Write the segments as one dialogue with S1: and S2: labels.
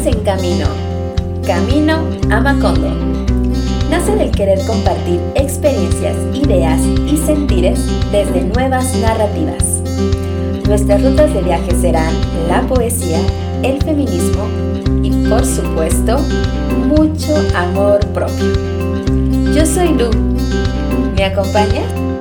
S1: Estás en camino. Camino a Macondo. Nace del querer compartir experiencias, ideas y sentires desde nuevas narrativas. Nuestras rutas de viaje serán la poesía, el feminismo y, por supuesto, mucho amor propio. Yo soy Lu. ¿Me acompañas?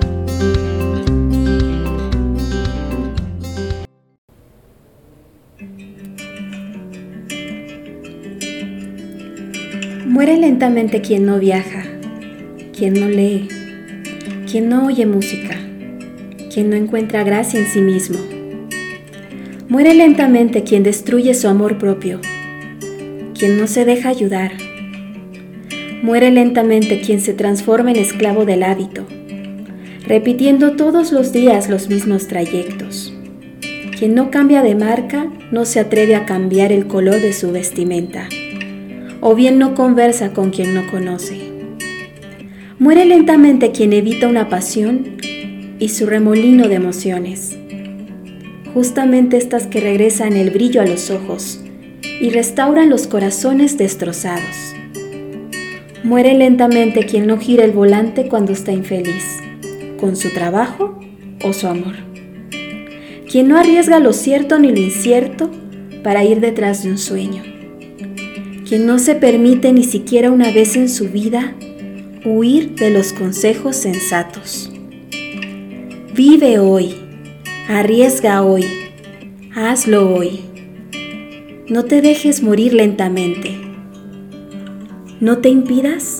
S2: Muere lentamente quien no viaja, quien no lee, quien no oye música, quien no encuentra gracia en sí mismo. Muere lentamente quien destruye su amor propio, quien no se deja ayudar. Muere lentamente quien se transforma en esclavo del hábito, repitiendo todos los días los mismos trayectos. Quien no cambia de marca no se atreve a cambiar el color de su vestimenta, o bien no conversa con quien no conoce. Muere lentamente quien evita una pasión y su remolino de emociones, justamente estas que regresan el brillo a los ojos y restauran los corazones destrozados. Muere lentamente quien no gira el volante cuando está infeliz, con su trabajo o su amor. Quien no arriesga lo cierto ni lo incierto para ir detrás de un sueño. Quien no se permite ni siquiera una vez en su vida huir de los consejos sensatos. Vive hoy, arriesga hoy, hazlo hoy. No te dejes morir lentamente. No te impidas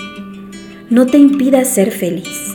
S2: ser feliz.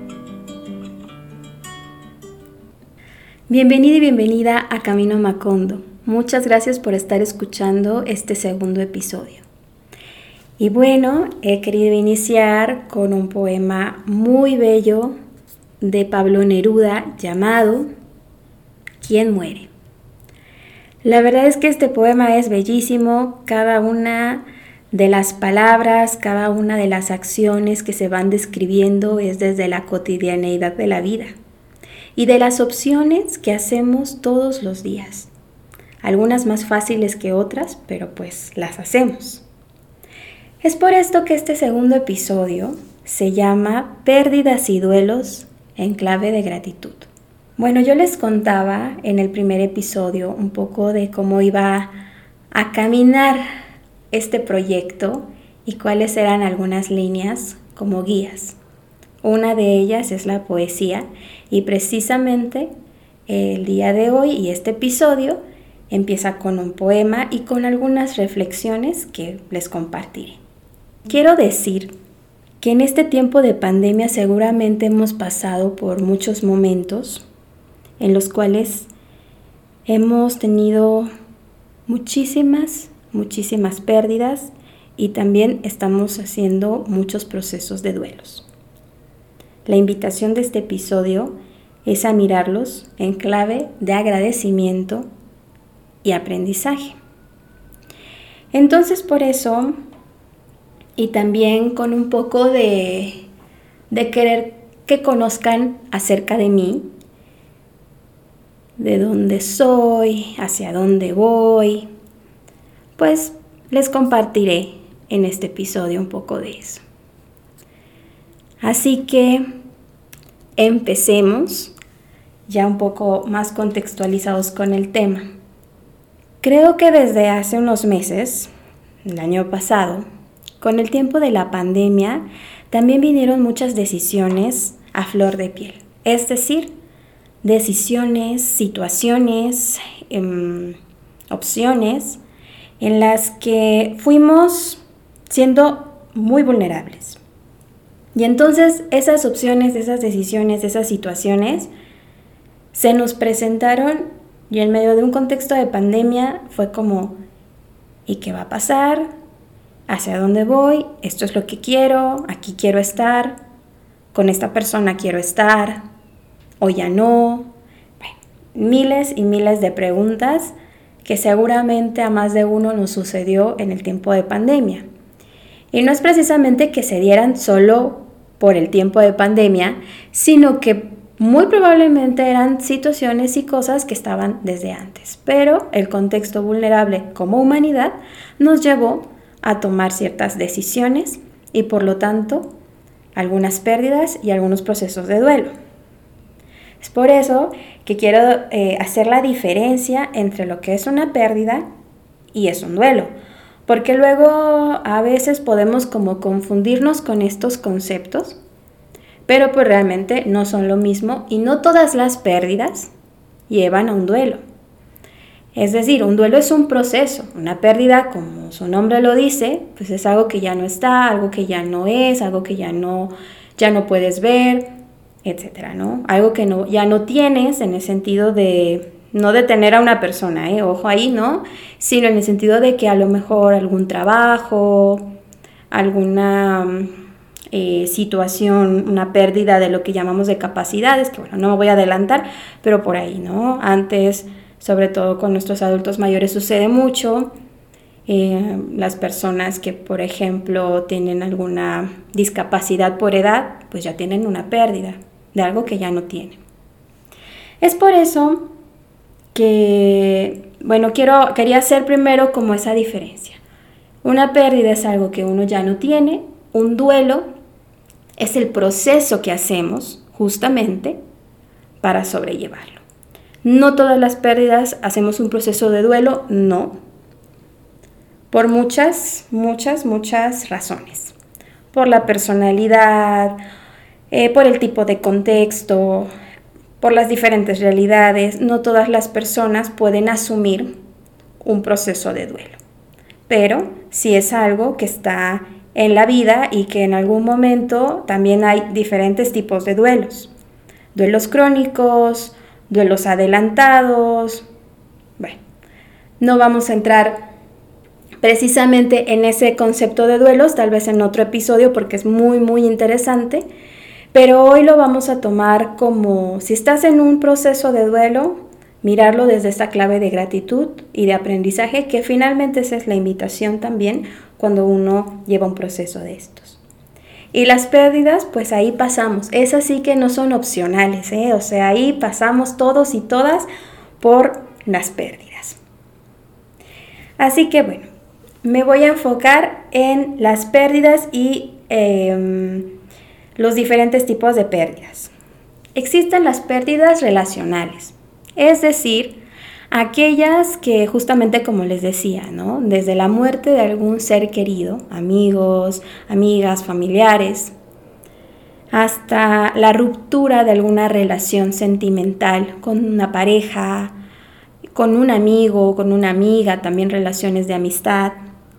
S2: Bienvenida y bienvenida a Camino a Macondo. Muchas gracias por estar escuchando este segundo episodio. Y bueno, he querido iniciar con un poema muy bello de Pablo Neruda llamado ¿Quién muere? La verdad es que este poema es bellísimo. Cada una de las palabras, cada una de las acciones que se van describiendo es desde la cotidianeidad de la vida y de las opciones que hacemos todos los días. Algunas más fáciles que otras, pero pues las hacemos. Es por esto que este segundo episodio se llama Pérdidas y duelos en clave de gratitud. Bueno, yo les contaba en el primer episodio un poco de cómo iba a caminar este proyecto y cuáles eran algunas líneas como guías. Una de ellas es la poesía y precisamente el día de hoy y este episodio empieza con un poema y con algunas reflexiones que les compartiré. Quiero decir que en este tiempo de pandemia seguramente hemos pasado por muchos momentos en los cuales hemos tenido muchísimas pérdidas y también estamos haciendo muchos procesos de duelos. La invitación de este episodio es a mirarlos en clave de agradecimiento y aprendizaje. Entonces, por eso, y también con un poco de querer que conozcan acerca de mí, de dónde soy, hacia dónde voy, pues les compartiré en este episodio un poco de eso. Así que empecemos ya un poco más contextualizados con el tema. Creo que desde hace unos meses, el año pasado, con el tiempo de la pandemia, también vinieron muchas decisiones a flor de piel. Es decir, decisiones, situaciones, opciones en las que fuimos siendo muy vulnerables. Y entonces esas opciones, esas decisiones, esas situaciones se nos presentaron. Y en medio de un contexto de pandemia fue como, ¿y qué va a pasar? ¿Hacia dónde voy? ¿Esto es lo que quiero? ¿Aquí quiero estar? ¿Con esta persona quiero estar? ¿O ya no? Bueno, miles y miles de preguntas que seguramente a más de uno nos sucedió en el tiempo de pandemia. Y no es precisamente que se dieran solo por el tiempo de pandemia, sino que muy probablemente eran situaciones y cosas que estaban desde antes, pero el contexto vulnerable como humanidad nos llevó a tomar ciertas decisiones y por lo tanto algunas pérdidas y algunos procesos de duelo. Es por eso que quiero hacer la diferencia entre lo que es una pérdida y es un duelo, porque luego a veces podemos como confundirnos con estos conceptos, pero pues realmente no son lo mismo y no todas las pérdidas llevan a un duelo. Es decir, un duelo es un proceso, una pérdida, como su nombre lo dice, pues es algo que ya no está, algo que ya no es, algo que ya no puedes ver, etcétera, ¿no? Algo que ya no tienes en el sentido de, no de tener a una persona, ojo ahí, ¿no? Sino en el sentido de que a lo mejor algún trabajo, alguna situación, una pérdida de lo que llamamos de capacidades, que bueno, no me voy a adelantar, pero por ahí, ¿no? Antes, sobre todo con nuestros adultos mayores sucede mucho, las personas que por ejemplo tienen alguna discapacidad por edad, pues ya tienen una pérdida de algo que ya no tienen. Es por eso que, bueno, quería hacer primero como esa diferencia. Una pérdida es algo que uno ya no tiene, un duelo es el proceso que hacemos justamente para sobrellevarlo. No todas las pérdidas hacemos un proceso de duelo, no. Por muchas razones. Por la personalidad, por el tipo de contexto, por las diferentes realidades. No todas las personas pueden asumir un proceso de duelo. Pero sí es algo que está en la vida y que en algún momento también hay diferentes tipos de duelos. Duelos crónicos, duelos adelantados. Bueno, no vamos a entrar precisamente en ese concepto de duelos, tal vez en otro episodio porque es muy interesante, pero hoy lo vamos a tomar como si estás en un proceso de duelo, mirarlo desde esta clave de gratitud y de aprendizaje, que finalmente esa es la invitación también cuando uno lleva un proceso de estos. Y las pérdidas, pues ahí pasamos, esas sí que no son opcionales, o sea, ahí pasamos todos y todas por las pérdidas. Así que bueno, me voy a enfocar en las pérdidas y los diferentes tipos de pérdidas. Existen las pérdidas relacionales, es decir, aquellas que justamente como les decía, ¿no? Desde la muerte de algún ser querido, amigos, amigas, familiares, hasta la ruptura de alguna relación sentimental con una pareja, con un amigo, con una amiga, también relaciones de amistad.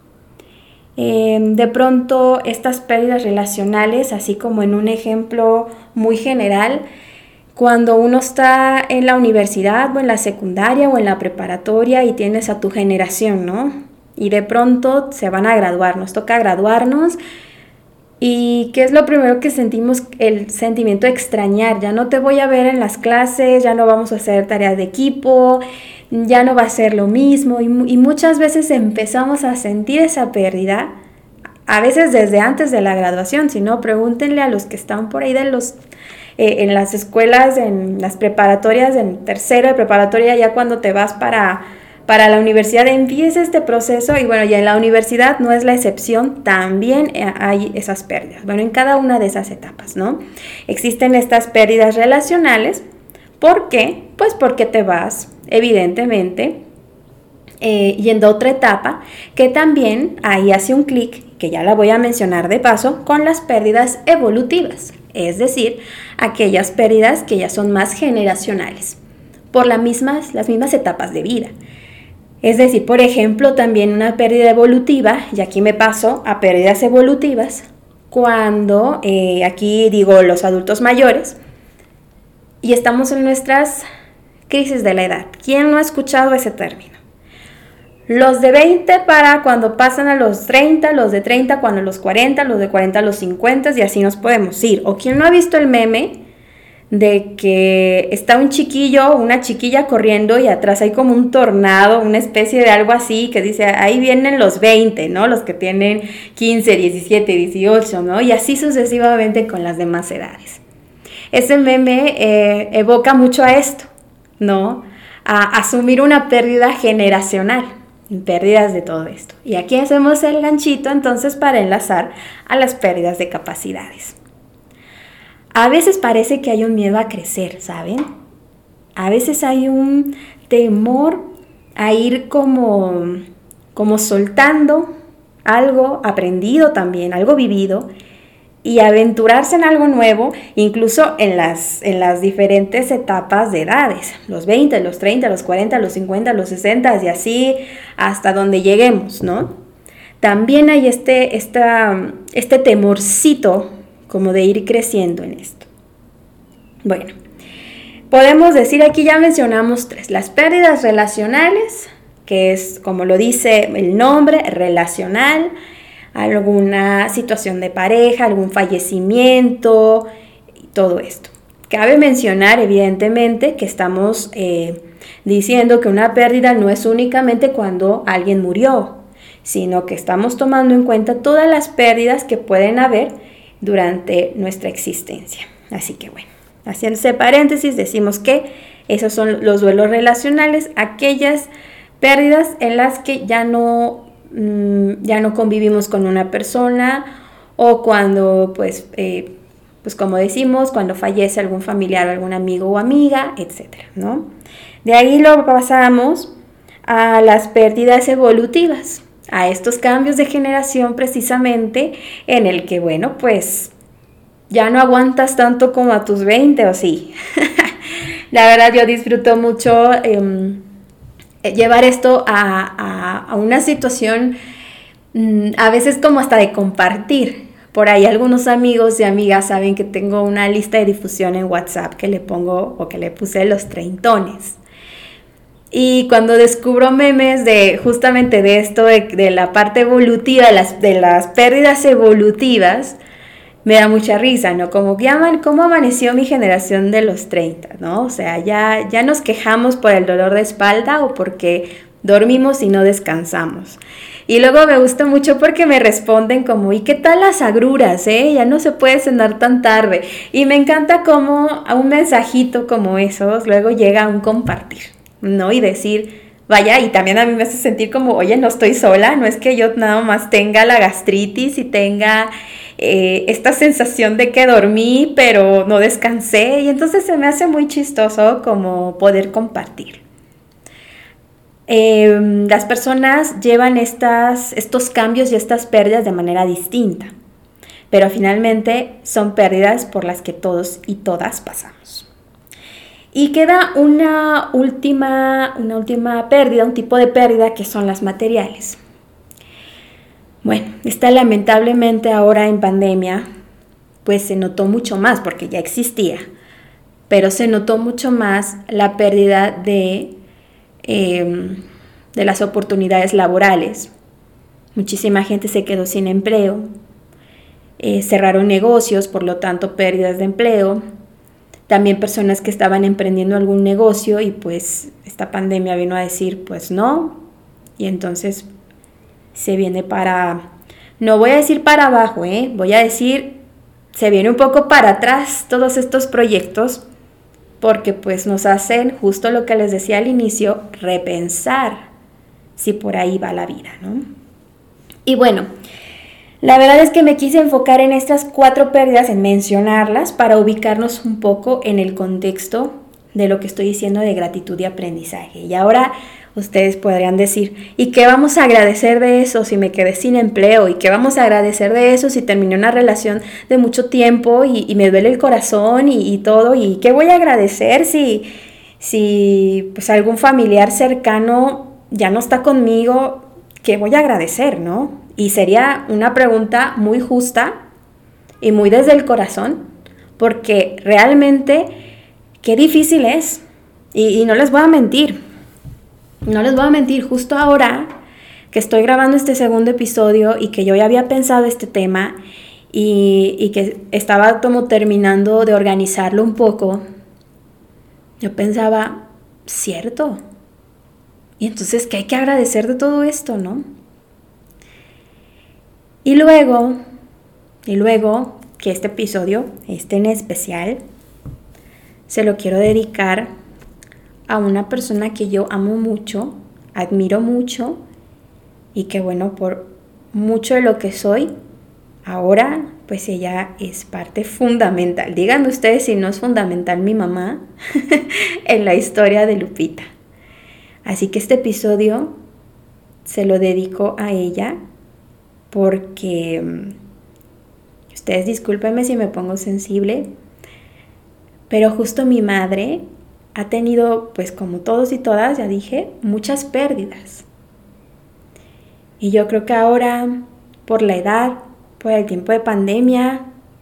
S2: De pronto estas pérdidas relacionales, así como en un ejemplo muy general, cuando uno está en la universidad o en la secundaria o en la preparatoria y tienes a tu generación, ¿no? Y de pronto se van a graduar, nos toca graduarnos. ¿Y qué es lo primero que sentimos? El sentimiento de extrañar. Ya no te voy a ver en las clases, ya no vamos a hacer tareas de equipo, ya no va a ser lo mismo. Y muchas veces empezamos a sentir esa pérdida, a veces desde antes de la graduación. Si no, pregúntenle a los que están por ahí en las escuelas, en las preparatorias, en tercero de preparatoria, ya cuando te vas para la universidad empieza este proceso. Y bueno, ya en la universidad no es la excepción, también hay esas pérdidas. Bueno, en cada una de esas etapas, ¿no? Existen estas pérdidas relacionales. ¿Por qué? Pues porque te vas, evidentemente, yendo a otra etapa, que también ahí hace un clic, que ya la voy a mencionar de paso, con las pérdidas evolutivas. Es decir, aquellas pérdidas que ya son más generacionales, por las mismas etapas de vida. Es decir, por ejemplo, también una pérdida evolutiva, y aquí me paso a pérdidas evolutivas, cuando, aquí digo los adultos mayores, y estamos en nuestras crisis de la edad. ¿Quién no ha escuchado ese término? Los de 20 para cuando pasan a los 30, los de 30 cuando a los 40, los de 40 a los 50 y así nos podemos ir. O quien no ha visto el meme de que está un chiquillo o una chiquilla corriendo y atrás hay como un tornado, una especie de algo así que dice, ahí vienen los 20, ¿no? Los que tienen 15, 17, 18, ¿no? Y así sucesivamente con las demás edades. ese meme evoca mucho a esto, ¿no? A asumir una pérdida generacional, pérdidas de todo esto. Y aquí hacemos el ganchito entonces para enlazar a las pérdidas de capacidades. A veces parece que hay un miedo a crecer, ¿saben? A veces hay un temor a ir como soltando algo aprendido también, algo vivido, y aventurarse en algo nuevo, incluso en las diferentes etapas de edades, los 20, los 30, los 40, los 50, los 60 y así hasta donde lleguemos, ¿no? También hay este temorcito como de ir creciendo en esto. Bueno, podemos decir, aquí ya mencionamos 3, las pérdidas relacionales, que es, como lo dice el nombre, relacional, alguna situación de pareja, algún fallecimiento, todo esto. Cabe mencionar, evidentemente, que estamos diciendo que una pérdida no es únicamente cuando alguien murió, sino que estamos tomando en cuenta todas las pérdidas que pueden haber durante nuestra existencia. Así que bueno, haciendo ese paréntesis, decimos que esos son los duelos relacionales, aquellas pérdidas en las que ya no convivimos con una persona, o cuando pues como decimos, cuando fallece algún familiar, algún amigo o amiga, etcétera, ¿no? De ahí lo pasamos a las pérdidas evolutivas, a estos cambios de generación precisamente, en el que, bueno, pues ya no aguantas tanto como a tus 20, ¿o sí? La verdad, yo disfruto mucho llevar esto a una situación a veces como hasta de compartir. Por ahí algunos amigos y amigas saben que tengo una lista de difusión en WhatsApp que le pongo, o que le puse, los treintones. Y cuando descubro memes de justamente de esto, de la parte evolutiva, de las pérdidas evolutivas, me da mucha risa, ¿no? Como cómo amaneció mi generación de los 30, ¿no? O sea, ya nos quejamos por el dolor de espalda o porque dormimos y no descansamos. Y luego me gusta mucho porque me responden como, ¿y qué tal las agruras, Ya no se puede cenar tan tarde. Y me encanta cómo a un mensajito como esos luego llega a un compartir, ¿no? Y decir, vaya, y también a mí me hace sentir como, oye, no estoy sola, no es que yo nada más tenga la gastritis y tenga esta sensación de que dormí pero no descansé, y entonces se me hace muy chistoso como poder compartir. Las personas llevan estos cambios y estas pérdidas de manera distinta, pero finalmente son pérdidas por las que todos y todas pasamos. Y queda una última pérdida, un tipo de pérdida, que son las materiales. Bueno, esta lamentablemente ahora en pandemia, pues se notó mucho más, porque ya existía, pero se notó mucho más la pérdida de las oportunidades laborales. Muchísima gente se quedó sin empleo, cerraron negocios, por lo tanto pérdidas de empleo. También personas que estaban emprendiendo algún negocio y pues esta pandemia vino a decir pues no, y entonces se viene no voy a decir para abajo, voy a decir, se viene un poco para atrás todos estos proyectos, porque pues nos hacen justo lo que les decía al inicio, repensar si por ahí va la vida, ¿no? Y bueno, la verdad es que me quise enfocar en estas 4 pérdidas, en mencionarlas para ubicarnos un poco en el contexto de lo que estoy diciendo de gratitud y aprendizaje. Y ahora ustedes podrían decir, ¿y qué vamos a agradecer de eso si me quedé sin empleo? ¿Y qué vamos a agradecer de eso si terminé una relación de mucho tiempo y me duele el corazón y todo? ¿Y qué voy a agradecer si pues algún familiar cercano ya no está conmigo? ¿Qué voy a agradecer, no? Y sería una pregunta muy justa y muy desde el corazón, porque realmente qué difícil es. Y no les voy a mentir, justo ahora que estoy grabando este segundo episodio y que yo ya había pensado este tema y que estaba como terminando de organizarlo un poco, yo pensaba, ¿cierto? Y entonces, ¿qué hay que agradecer de todo esto, no? Y luego que este episodio, en especial, se lo quiero dedicar a una persona que yo amo mucho, admiro mucho y que bueno, por mucho de lo que soy, ahora pues ella es parte fundamental. Díganme ustedes si no es fundamental mi mamá en la historia de Lupita. Así que este episodio se lo dedico a ella porque, ustedes discúlpenme si me pongo sensible, pero justo mi madre ha tenido, pues como todos y todas, ya dije, muchas pérdidas. Y yo creo que ahora, por la edad, por el tiempo de pandemia,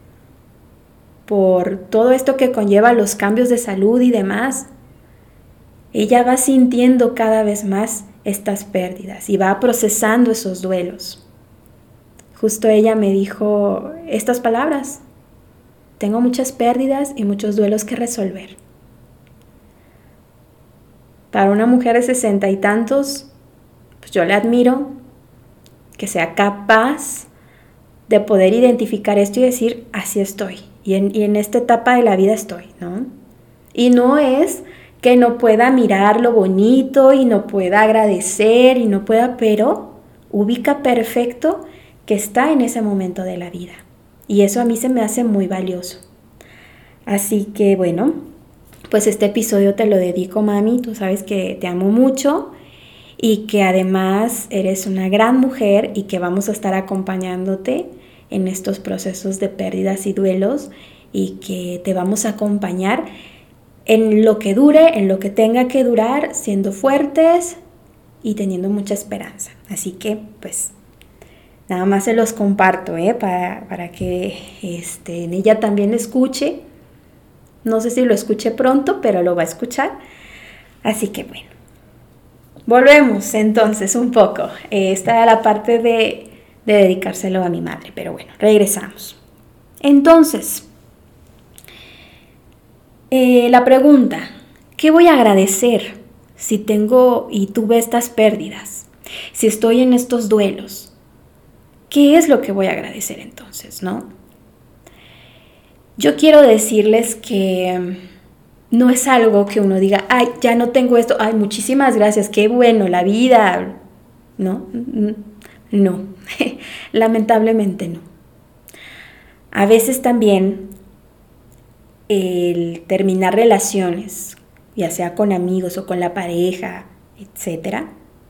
S2: por todo esto que conlleva los cambios de salud y demás, ella va sintiendo cada vez más estas pérdidas y va procesando esos duelos. Justo ella me dijo estas palabras: tengo muchas pérdidas y muchos duelos que resolver. Para una mujer de 60 y tantos, pues yo le admiro que sea capaz de poder identificar esto y decir, así estoy, y en esta etapa de la vida estoy, ¿no? Y no es que no pueda mirar lo bonito y no pueda agradecer y no pueda, pero ubica perfecto que está en ese momento de la vida. Y eso a mí se me hace muy valioso. Así que bueno, pues este episodio te lo dedico, mami. Tú sabes que te amo mucho y que además eres una gran mujer y que vamos a estar acompañándote en estos procesos de pérdidas y duelos y que te vamos a acompañar en lo que dure, en lo que tenga que durar, siendo fuertes y teniendo mucha esperanza. Así que pues nada más se los comparto para que ella también escuche. No sé si lo escuche pronto, pero lo va a escuchar. Así que bueno, volvemos entonces un poco. Esta era la parte de dedicárselo a mi madre, pero bueno, regresamos. Entonces, la pregunta, ¿qué voy a agradecer si tengo y tuve estas pérdidas? Si estoy en estos duelos, ¿qué es lo que voy a agradecer entonces, no? Yo quiero decirles que no es algo que uno diga, ay, ya no tengo esto, ay, muchísimas gracias, qué bueno, la vida, no, lamentablemente no. A veces también el terminar relaciones, ya sea con amigos o con la pareja, etcétera,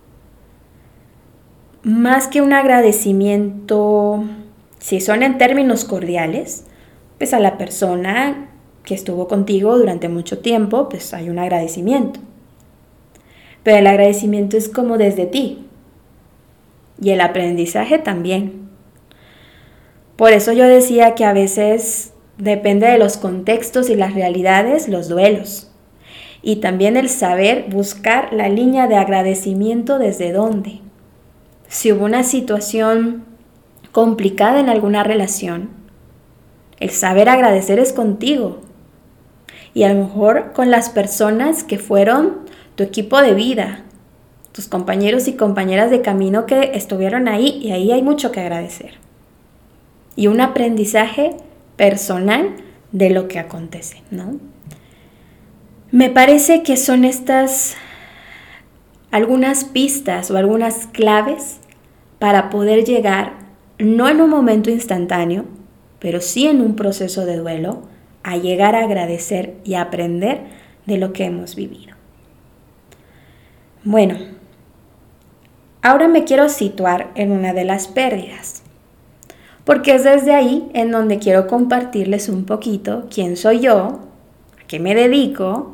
S2: más que un agradecimiento, si son en términos cordiales, pues a la persona que estuvo contigo durante mucho tiempo, pues hay un agradecimiento. Pero el agradecimiento es como desde ti. Y el aprendizaje también. Por eso yo decía que a veces depende de los contextos y las realidades, los duelos. Y también el saber buscar la línea de agradecimiento desde dónde. Si hubo una situación complicada en alguna relación, el saber agradecer es contigo. Y a lo mejor con las personas que fueron tu equipo de vida, tus compañeros y compañeras de camino que estuvieron ahí, y ahí hay mucho que agradecer. Y un aprendizaje personal de lo que acontece, ¿no? Me parece que son estas algunas pistas o algunas claves para poder llegar, no en un momento instantáneo, pero sí en un proceso de duelo, a llegar a agradecer y a aprender de lo que hemos vivido. Bueno, ahora me quiero situar en una de las pérdidas, porque es desde ahí en donde quiero compartirles un poquito quién soy yo, a qué me dedico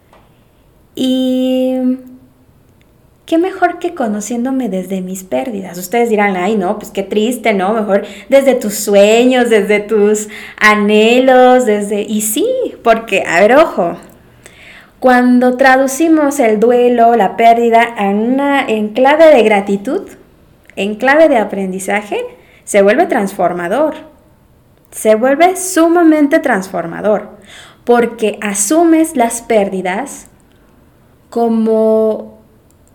S2: y qué mejor que conociéndome desde mis pérdidas. Ustedes dirán, ay no, pues qué triste, ¿no? Mejor desde tus sueños, desde tus anhelos, Y sí, porque, a ver, ojo, cuando traducimos el duelo, la pérdida, en clave de gratitud, en clave de aprendizaje, se vuelve transformador. Se vuelve sumamente transformador, porque asumes las pérdidas como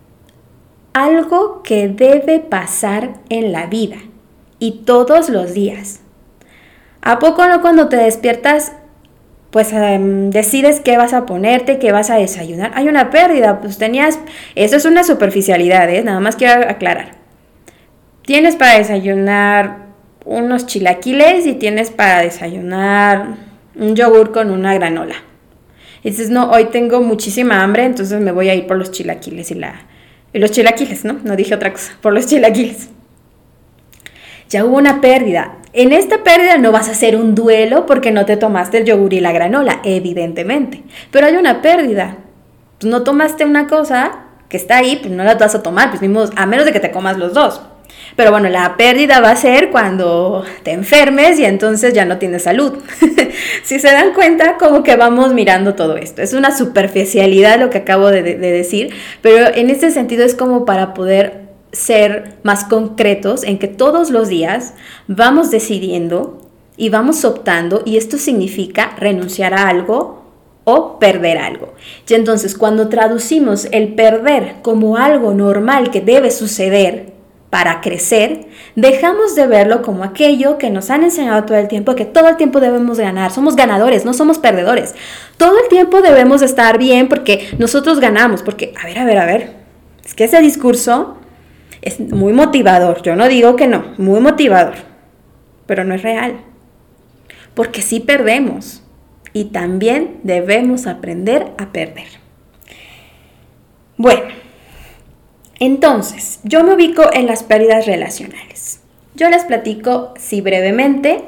S2: algo que debe pasar en la vida y todos los días. ¿A poco no cuando te despiertas pues decides qué vas a ponerte, qué vas a desayunar. Hay una pérdida, pues eso es una superficialidad, nada más quiero aclarar. Tienes para desayunar unos chilaquiles y tienes para desayunar un yogur con una granola. Y dices, no, hoy tengo muchísima hambre, entonces me voy a ir por los chilaquiles y los chilaquiles, ¿no? No dije otra cosa, por los chilaquiles. Ya hubo una pérdida. En esta pérdida no vas a hacer un duelo porque no te tomaste el yogur y la granola, evidentemente. Pero hay una pérdida. Tú no tomaste una cosa que está ahí, pues no la vas a tomar, pues mismo, a menos de que te comas los dos. Pero bueno, la pérdida va a ser cuando te enfermes y entonces ya no tienes salud. Si se dan cuenta, como que vamos mirando todo esto. Es una superficialidad lo que acabo de decir, pero en este sentido es como para poder ser más concretos en que todos los días vamos decidiendo y vamos optando, y esto significa renunciar a algo o perder algo. Y entonces cuando traducimos el perder como algo normal que debe suceder para crecer, dejamos de verlo como aquello que nos han enseñado todo el tiempo, que todo el tiempo debemos ganar. Somos ganadores, no somos perdedores. Todo el tiempo debemos estar bien porque nosotros ganamos, porque, a ver, es que ese discurso es muy motivador, yo no digo que no, muy motivador, pero no es real, porque sí perdemos y también debemos aprender a perder. Bueno, entonces, yo me ubico en las pérdidas relacionales. Yo les platico, sí, brevemente.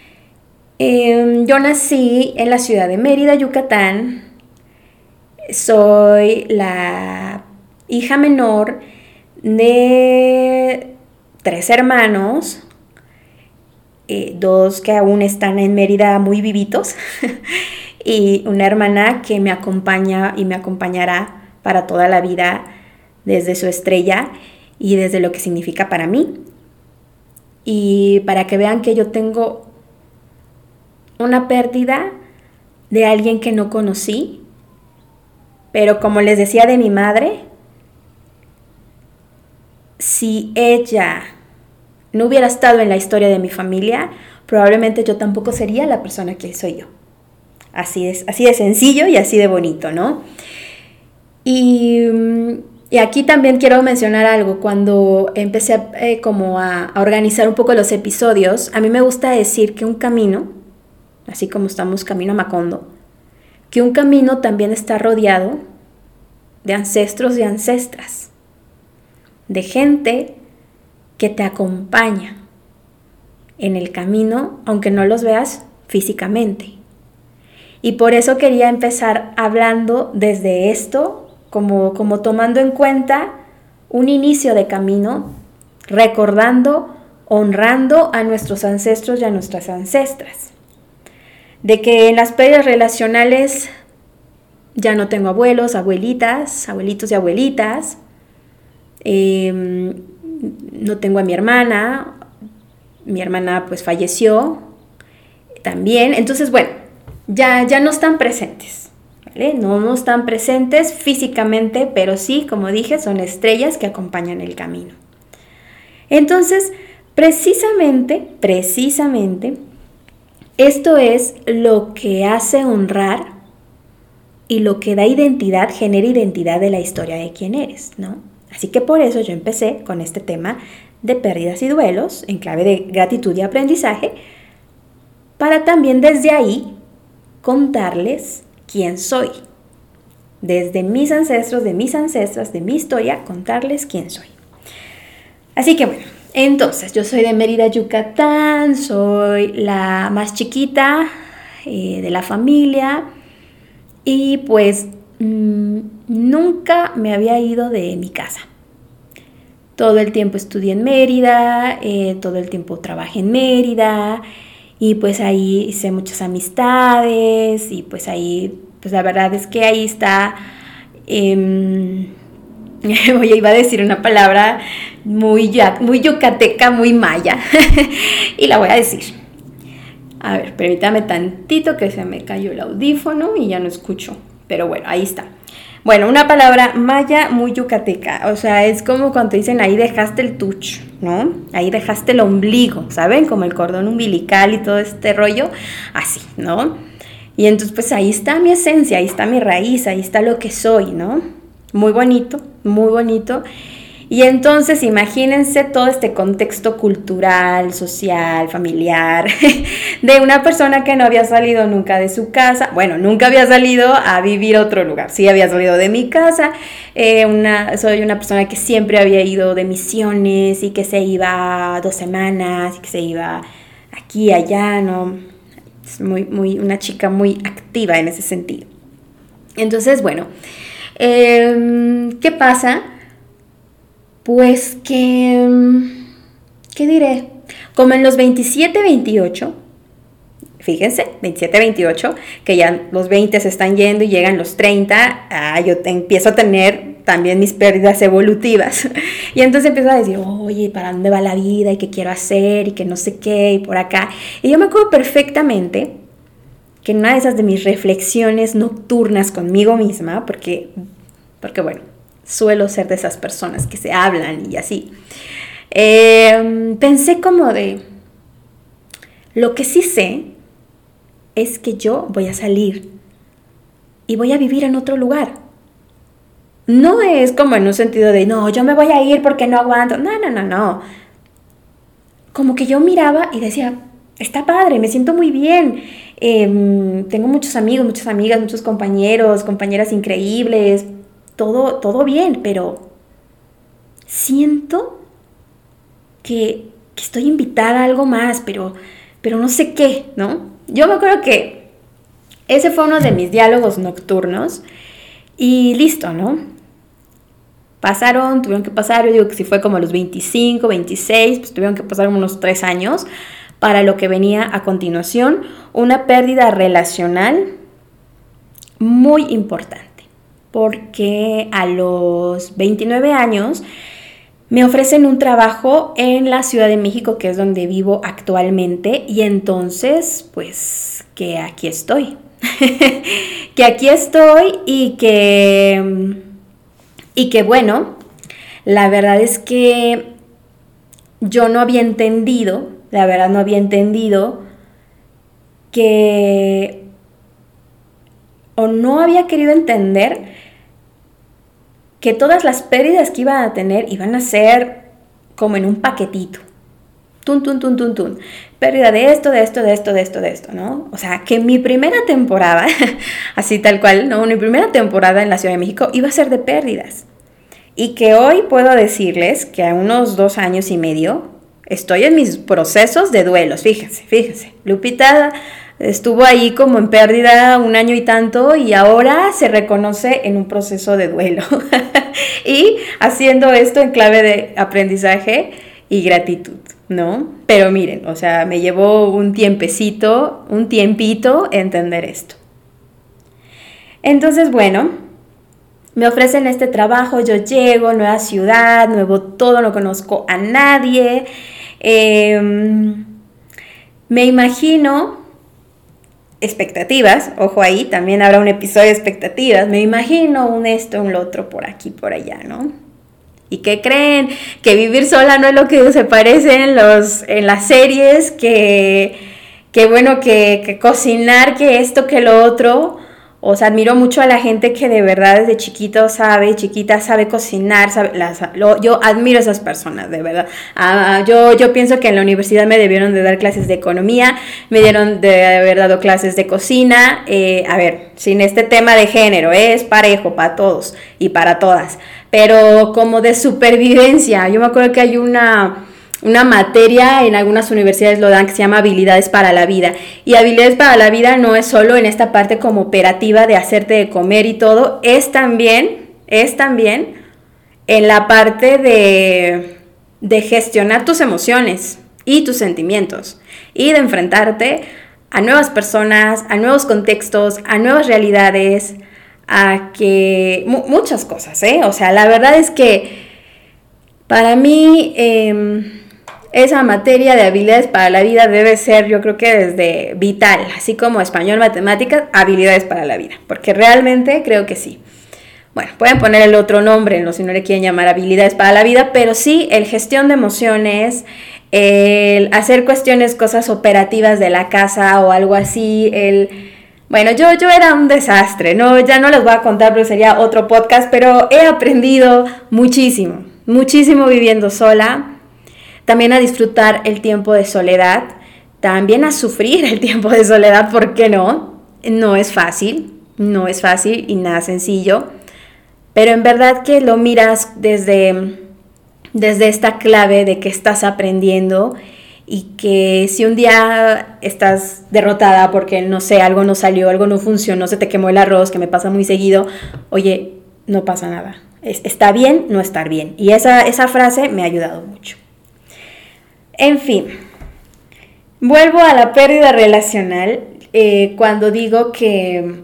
S2: Yo nací en la ciudad de Mérida, Yucatán. Soy la hija menor de 3 hermanos, 2 que aún están en Mérida muy vivitos y una hermana que me acompaña y me acompañará para toda la vida desde su estrella y desde lo que significa para mí. Y para que vean que yo tengo una pérdida de alguien que no conocí, pero como les decía de mi madre, si ella no hubiera estado en la historia de mi familia, probablemente yo tampoco sería la persona que soy yo. Así de sencillo y así de bonito, ¿no? Y aquí también quiero mencionar algo. Cuando empecé a organizar un poco los episodios, a mí me gusta decir que un camino, así como estamos camino a Macondo, que un camino también está rodeado de ancestros y ancestras, de gente que te acompaña en el camino, aunque no los veas físicamente. Y por eso quería empezar hablando desde esto, como tomando en cuenta un inicio de camino, recordando, honrando a nuestros ancestros y a nuestras ancestras. De que en las pérdidas relacionales ya no tengo abuelos, abuelitas, abuelitos y abuelitas. No tengo a mi hermana pues falleció también. Entonces, bueno, ya no están presentes, ¿vale? No están presentes físicamente, pero sí, como dije, son estrellas que acompañan el camino. Entonces, precisamente, esto es lo que hace honrar y lo que da identidad, genera identidad de la historia de quién eres, ¿no? Así que por eso yo empecé con este tema de pérdidas y duelos en clave de gratitud y aprendizaje, para también desde ahí contarles quién soy. Desde mis ancestros, de mis ancestras, de mi historia, contarles quién soy. Así que bueno, entonces yo soy de Mérida, Yucatán, soy la más chiquita de la familia y pues nunca me había ido de mi casa. Todo el tiempo estudié en Mérida, todo el tiempo trabajé en Mérida y pues ahí hice muchas amistades y pues ahí, pues la verdad es que ahí está, iba a decir una palabra muy yucateca, muy maya y la voy a decir. A ver, permítame tantito que se me cayó el audífono y ya no escucho. Pero bueno, ahí está. Bueno, una palabra maya muy yucateca. O sea, es como cuando dicen ahí dejaste el tuch, ¿no? Ahí dejaste el ombligo, ¿saben? Como el cordón umbilical y todo este rollo. Así, ¿no? Y entonces pues ahí está mi esencia, ahí está mi raíz, ahí está lo que soy, ¿no? Muy bonito, muy bonito. Y entonces imagínense todo este contexto cultural, social, familiar, de una persona que no había salido nunca de su casa. Bueno, nunca había salido a vivir a otro lugar. Sí había salido de mi casa. Soy una persona que siempre había ido de misiones y que se iba 2 semanas y que se iba aquí, allá, ¿no? Es una chica muy activa en ese sentido. Entonces, bueno, ¿qué pasa? Pues que, ¿qué diré? Como en los 27, 28, fíjense, 27, 28, que ya los 20 se están yendo y llegan los 30, yo empiezo a tener también mis pérdidas evolutivas. Y entonces empiezo a decir, oye, ¿para dónde va la vida? ¿Y qué quiero hacer? Y que no sé qué, y por acá. Y yo me acuerdo perfectamente que en una de esas de mis reflexiones nocturnas conmigo misma, porque bueno, suelo ser de esas personas que se hablan y así. Pensé como de, lo que sí sé es que yo voy a salir y voy a vivir en otro lugar. No es como en un sentido de, no, yo me voy a ir porque no aguanto. No. Como que yo miraba y decía, está padre, me siento muy bien. Tengo muchos amigos, muchas amigas, muchos compañeros, compañeras increíbles. Todo bien, pero siento que estoy invitada a algo más, pero no sé qué, ¿no? Yo me acuerdo que ese fue uno de mis diálogos nocturnos y listo, ¿no? Tuvieron que pasar, yo digo que si fue como a los 25, 26, pues tuvieron que pasar unos 3 años para lo que venía a continuación, una pérdida relacional muy importante. Porque a los 29 años me ofrecen un trabajo en la Ciudad de México, que es donde vivo actualmente, y entonces, pues, que aquí estoy. Que aquí estoy y que bueno, la verdad es que yo no había entendido que, o no había querido entender que todas las pérdidas que iban a tener iban a ser como en un paquetito. Tun. Pérdida de esto, ¿no? O sea, que mi primera temporada, así tal cual, ¿no? Mi primera temporada en la Ciudad de México iba a ser de pérdidas. Y que hoy puedo decirles que a unos 2 años y medio estoy en mis procesos de duelos. Fíjense. Lupita estuvo ahí como en pérdida 1 año y tanto y ahora se reconoce en un proceso de duelo. Y haciendo esto en clave de aprendizaje y gratitud, ¿no? Pero miren, o sea, me llevó un tiempito entender esto. Entonces, bueno, me ofrecen este trabajo, yo llego, nueva ciudad, nuevo todo, no conozco a nadie. Me imagino expectativas, ojo ahí, también habrá un episodio de expectativas, me imagino un esto, un lo otro, por aquí, por allá, ¿no? ¿Y qué creen? Que vivir sola no es lo que se parece en las series, que bueno, que cocinar, que esto, que lo otro. O sea, admiro mucho a la gente que de verdad desde chiquita sabe cocinar, yo admiro a esas personas, de verdad. Yo pienso que en la universidad me debieron de dar clases de economía, me dieron de haber dado clases de cocina, sin este tema de género, es parejo para todos y para todas, pero como de supervivencia. Yo me acuerdo que hay una materia, en algunas universidades lo dan, que se llama habilidades para la vida. Y habilidades para la vida no es solo en esta parte como operativa de hacerte de comer y todo, es también en la parte de gestionar tus emociones y tus sentimientos y de enfrentarte a nuevas personas, a nuevos contextos, a nuevas realidades, a que muchas cosas, O sea, la verdad es que para mí esa materia de habilidades para la vida debe ser, yo creo que desde vital, así como español, matemáticas, habilidades para la vida, porque realmente creo que sí. Bueno, pueden poner el otro nombre, si no le quieren llamar habilidades para la vida, pero sí, el gestión de emociones, el hacer cosas operativas de la casa o algo así, Bueno, yo era un desastre, ¿no? Ya no les voy a contar porque sería otro podcast, pero he aprendido muchísimo, muchísimo viviendo sola, también a disfrutar el tiempo de soledad, también a sufrir el tiempo de soledad, ¿por qué no? No es fácil y nada sencillo, pero en verdad que lo miras desde esta clave de que estás aprendiendo y que si un día estás derrotada porque, no sé, algo no salió, algo no funcionó, se te quemó el arroz, que me pasa muy seguido, oye, no pasa nada. Está bien no estar bien. Y esa frase me ha ayudado mucho. En fin, vuelvo a la pérdida relacional cuando digo que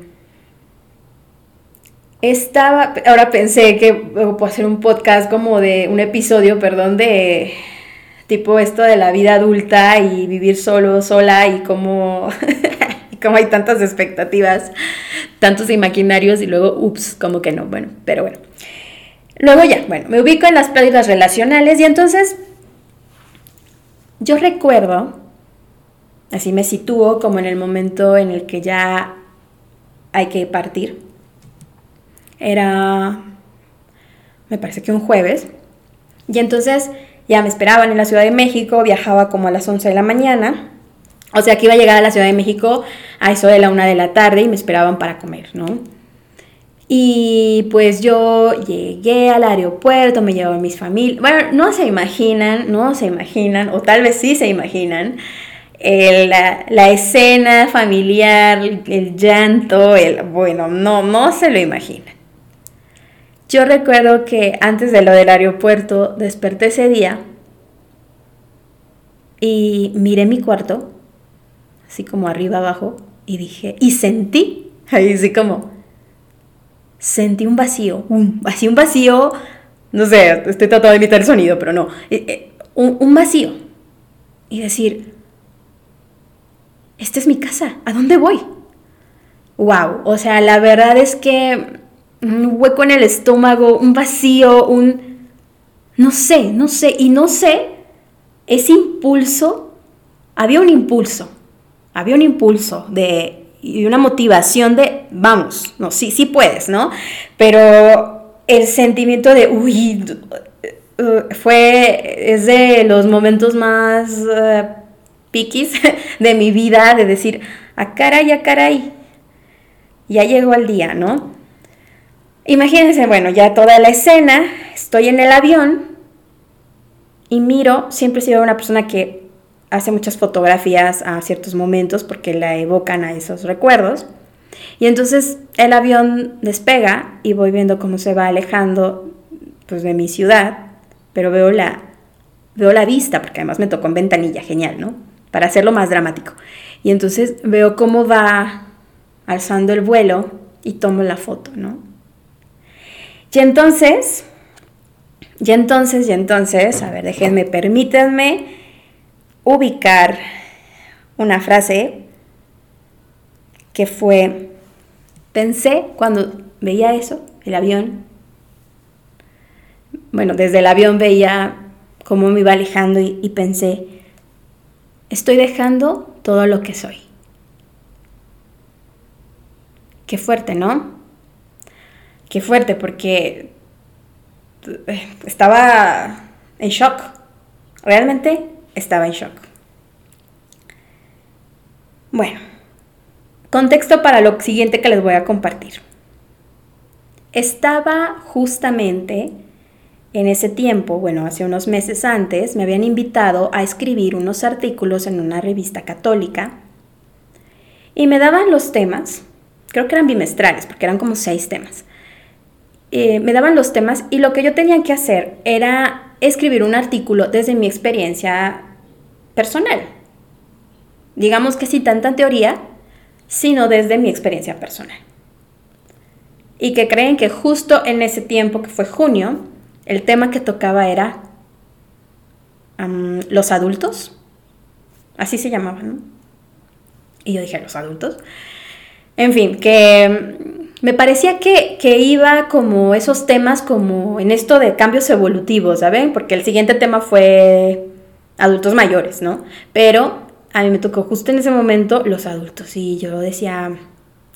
S2: ahora pensé que puedo hacer un podcast como de un episodio, de tipo esto de la vida adulta y vivir sola y cómo hay tantas expectativas, tantos imaginarios y luego, como que no, pero bueno. Luego me ubico en las pérdidas relacionales y entonces yo recuerdo, así me sitúo como en el momento en el que ya hay que partir. Era, me parece que un jueves, y entonces ya me esperaban en la Ciudad de México, viajaba como a las 11 de la mañana, o sea que iba a llegar a la Ciudad de México a eso de la 1 de la tarde y me esperaban para comer, ¿no? Y pues yo llegué al aeropuerto, me llevaban mis familias, bueno, no se imaginan, o tal vez sí se imaginan, la escena familiar, el llanto, no se lo imaginan. Yo recuerdo que antes de lo del aeropuerto desperté ese día y miré mi cuarto, así como arriba abajo, y dije, y sentí un vacío, no sé, estoy tratando de imitar el sonido, pero no, un vacío, y decir, esta es mi casa, ¿a dónde voy? Wow, o sea, la verdad es que un hueco en el estómago, un vacío, no sé, ese impulso, había un impulso y una motivación de, vamos, no, sí puedes, ¿no? Pero el sentimiento de, es de los momentos más piquis de mi vida, de decir, a caray, ya llegó el día, ¿no? Imagínense, ya toda la escena, estoy en el avión y miro, siempre he sido una persona que hace muchas fotografías a ciertos momentos porque la evocan a esos recuerdos. Y entonces el avión despega y voy viendo cómo se va alejando pues, de mi ciudad, pero veo la vista, porque además me tocó en ventanilla, genial, ¿no? Para hacerlo más dramático. Y entonces veo cómo va alzando el vuelo y tomo la foto, ¿no? Y entonces, a ver, permítanme ubicar una frase que fue, pensé cuando veía eso, el avión, desde el avión veía cómo me iba alejando y pensé, estoy dejando todo lo que soy. Qué fuerte, ¿no? Qué fuerte, porque estaba en shock. Realmente estaba en shock. Bueno, contexto para lo siguiente que les voy a compartir. Estaba justamente en ese tiempo, hace unos meses antes, me habían invitado a escribir unos artículos en una revista católica y me daban los temas, creo que eran bimestrales, porque eran como 6 temas. Me daban los temas y lo que yo tenía que hacer era escribir un artículo desde mi experiencia personal. Digamos que sin tanta teoría, sino desde mi experiencia personal. Y que creen que justo en ese tiempo, que fue junio, el tema que tocaba era los adultos. Así se llamaban, ¿no? Y yo dije, ¿los adultos? En fin, que me parecía que iba como esos temas como en esto de cambios evolutivos, ¿saben? Porque el siguiente tema fue adultos mayores, ¿no? Pero a mí me tocó justo en ese momento los adultos y yo decía,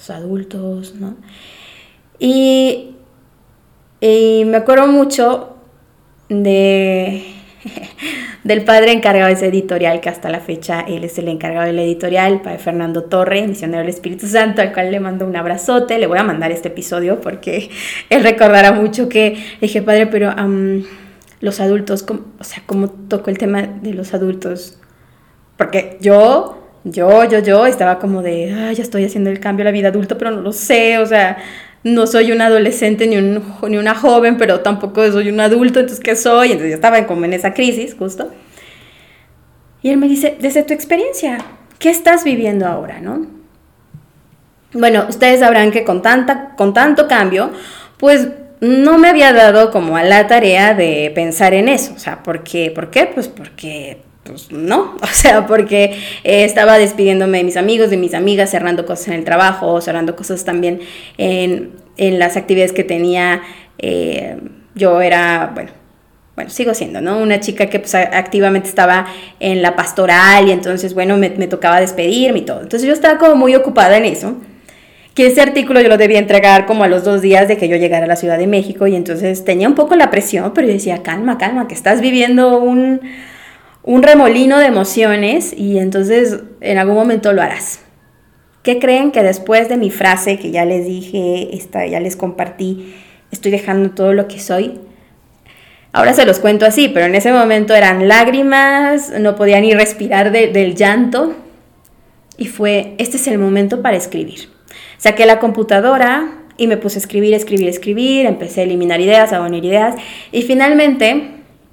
S2: los adultos, ¿no? Y me acuerdo mucho del padre encargado de ese editorial, que hasta la fecha él es el encargado del editorial, el padre Fernando Torre, misionero del Espíritu Santo, al cual le mando un abrazote. Le voy a mandar este episodio porque él recordará mucho que dije, padre, pero los adultos, ¿cómo tocó el tema de los adultos? Porque yo estaba como de, ya estoy haciendo el cambio a la vida adulta, pero no lo sé, no soy un adolescente ni una joven, pero tampoco soy un adulto, entonces ¿qué soy? Entonces yo estaba como en esa crisis, justo. Y él me dice, desde tu experiencia, ¿qué estás viviendo ahora, no? Bueno, ustedes sabrán que con tanto cambio, pues no me había dado como a la tarea de pensar en eso. ¿Por qué? Pues porque... Pues no, porque estaba despidiéndome de mis amigos, de mis amigas, cerrando cosas en el trabajo, cerrando cosas también en las actividades que tenía. Yo era, bueno, sigo siendo, ¿no? Una chica que pues activamente estaba en la pastoral y entonces, bueno, me tocaba despedirme y todo. Entonces yo estaba como muy ocupada en eso, que ese artículo yo lo debía entregar como a los 2 días de que yo llegara a la Ciudad de México y entonces tenía un poco la presión, pero yo decía, calma, que estás viviendo un remolino de emociones y entonces en algún momento lo harás. ¿Qué creen? Que después de mi frase que ya les dije, ya les compartí, estoy dejando todo lo que soy? Ahora se los cuento así, pero en ese momento eran lágrimas, no podía ni respirar del llanto y este es el momento para escribir. Saqué la computadora y me puse a escribir, empecé a eliminar ideas, a unir ideas y finalmente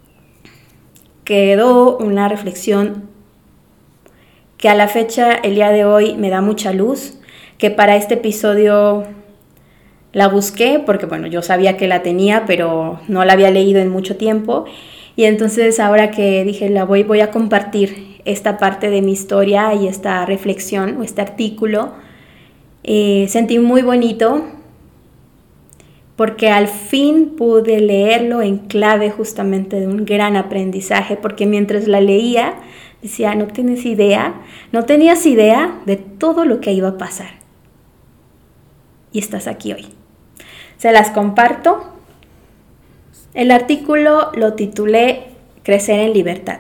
S2: quedó una reflexión que a la fecha, el día de hoy, me da mucha luz, que para este episodio la busqué porque, yo sabía que la tenía, pero no la había leído en mucho tiempo. Y entonces ahora que dije, voy a compartir esta parte de mi historia y esta reflexión o este artículo, sentí muy bonito porque al fin pude leerlo en clave justamente de un gran aprendizaje, porque mientras la leía decía, no tenías idea de todo lo que iba a pasar. Y estás aquí hoy. Se las comparto. El artículo lo titulé Crecer en libertad.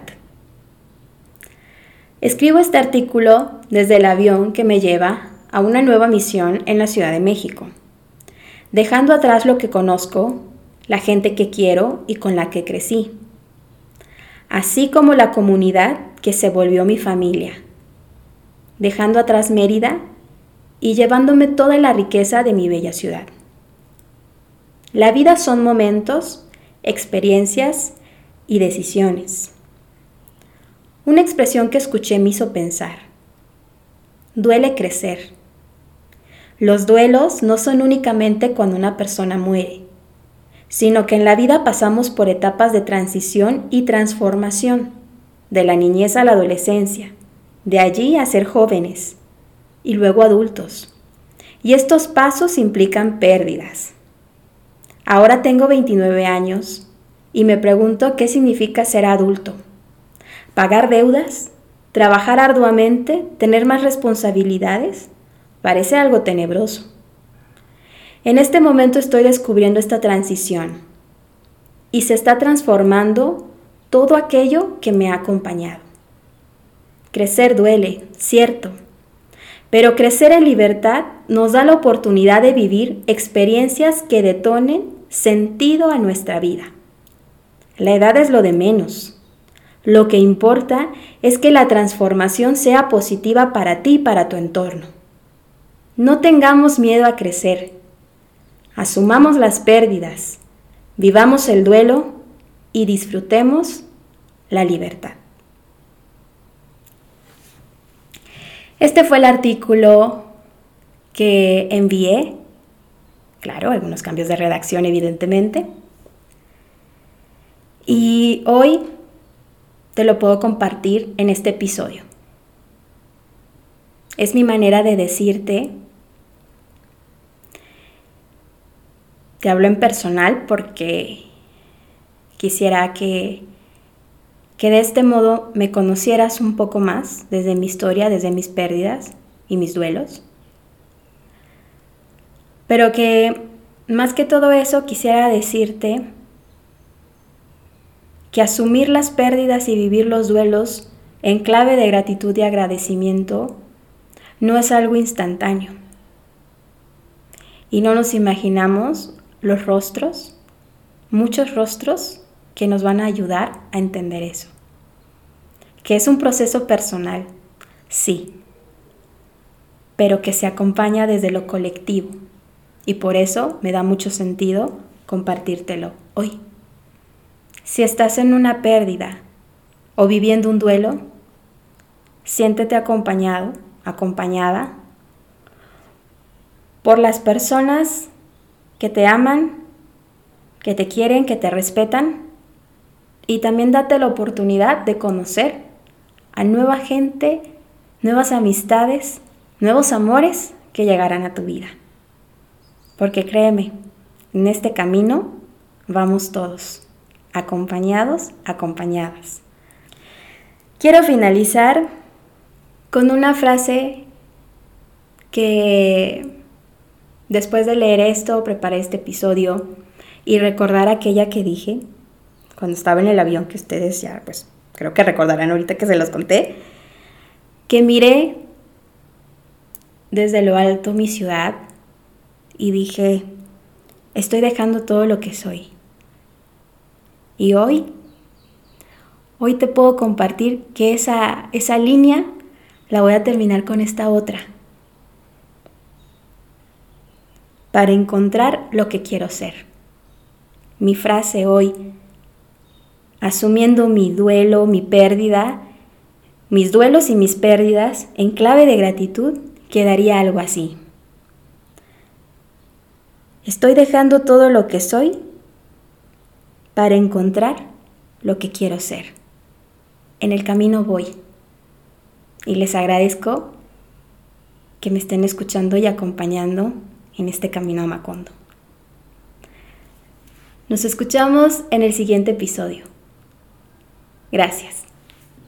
S2: Escribo este artículo desde el avión que me lleva a una nueva misión en la Ciudad de México, dejando atrás lo que conozco, la gente que quiero y con la que crecí, así como la comunidad que se volvió mi familia, dejando atrás Mérida y llevándome toda la riqueza de mi bella ciudad. La vida son momentos, experiencias y decisiones. Una expresión que escuché me hizo pensar: duele crecer. Los duelos no son únicamente cuando una persona muere, sino que en la vida pasamos por etapas de transición y transformación, de la niñez a la adolescencia, de allí a ser jóvenes y luego adultos. Y estos pasos implican pérdidas. Ahora tengo 29 años y me pregunto qué significa ser adulto. ¿Pagar deudas? ¿Trabajar arduamente? ¿Tener más responsabilidades? Parece algo tenebroso. En este momento estoy descubriendo esta transición y se está transformando todo aquello que me ha acompañado. Crecer duele, cierto, pero crecer en libertad nos da la oportunidad de vivir experiencias que detonen sentido a nuestra vida. La edad es lo de menos. Lo que importa es que la transformación sea positiva para ti y para tu entorno. No tengamos miedo a crecer. Asumamos las pérdidas, vivamos el duelo y disfrutemos la libertad. Este fue el artículo que envié. Claro, algunos cambios de redacción, evidentemente. Y hoy te lo puedo compartir en este episodio. Es mi manera de decirte, te hablo en personal porque quisiera que de este modo me conocieras un poco más desde mi historia, desde mis pérdidas y mis duelos. Pero que más que todo eso quisiera decirte que asumir las pérdidas y vivir los duelos en clave de gratitud y agradecimiento no es algo instantáneo. Y no nos imaginamos los rostros, muchos rostros que nos van a ayudar a entender eso. Que es un proceso personal, sí, pero que se acompaña desde lo colectivo. Y por eso me da mucho sentido compartírtelo hoy. Si estás en una pérdida o viviendo un duelo, siéntete acompañado, acompañada por las personas que te aman, que te quieren, que te respetan, y también date la oportunidad de conocer a nueva gente, nuevas amistades, nuevos amores que llegarán a tu vida. Porque créeme, en este camino vamos todos, acompañados, acompañadas. Quiero finalizar con una frase que después de leer esto, preparé este episodio y recordar aquella que dije cuando estaba en el avión, que ustedes ya pues creo que recordarán ahorita que se los conté, que miré desde lo alto mi ciudad y dije, estoy dejando todo lo que soy. Y hoy te puedo compartir que esa línea la voy a terminar con esta otra. Para encontrar lo que quiero ser. Mi frase hoy, asumiendo mi duelo, mi pérdida, mis duelos y mis pérdidas en clave de gratitud, quedaría algo así. Estoy dejando todo lo que soy para encontrar lo que quiero ser. En el camino voy. Y les agradezco que me estén escuchando y acompañando en este camino a Macondo. Nos escuchamos en el siguiente episodio. Gracias.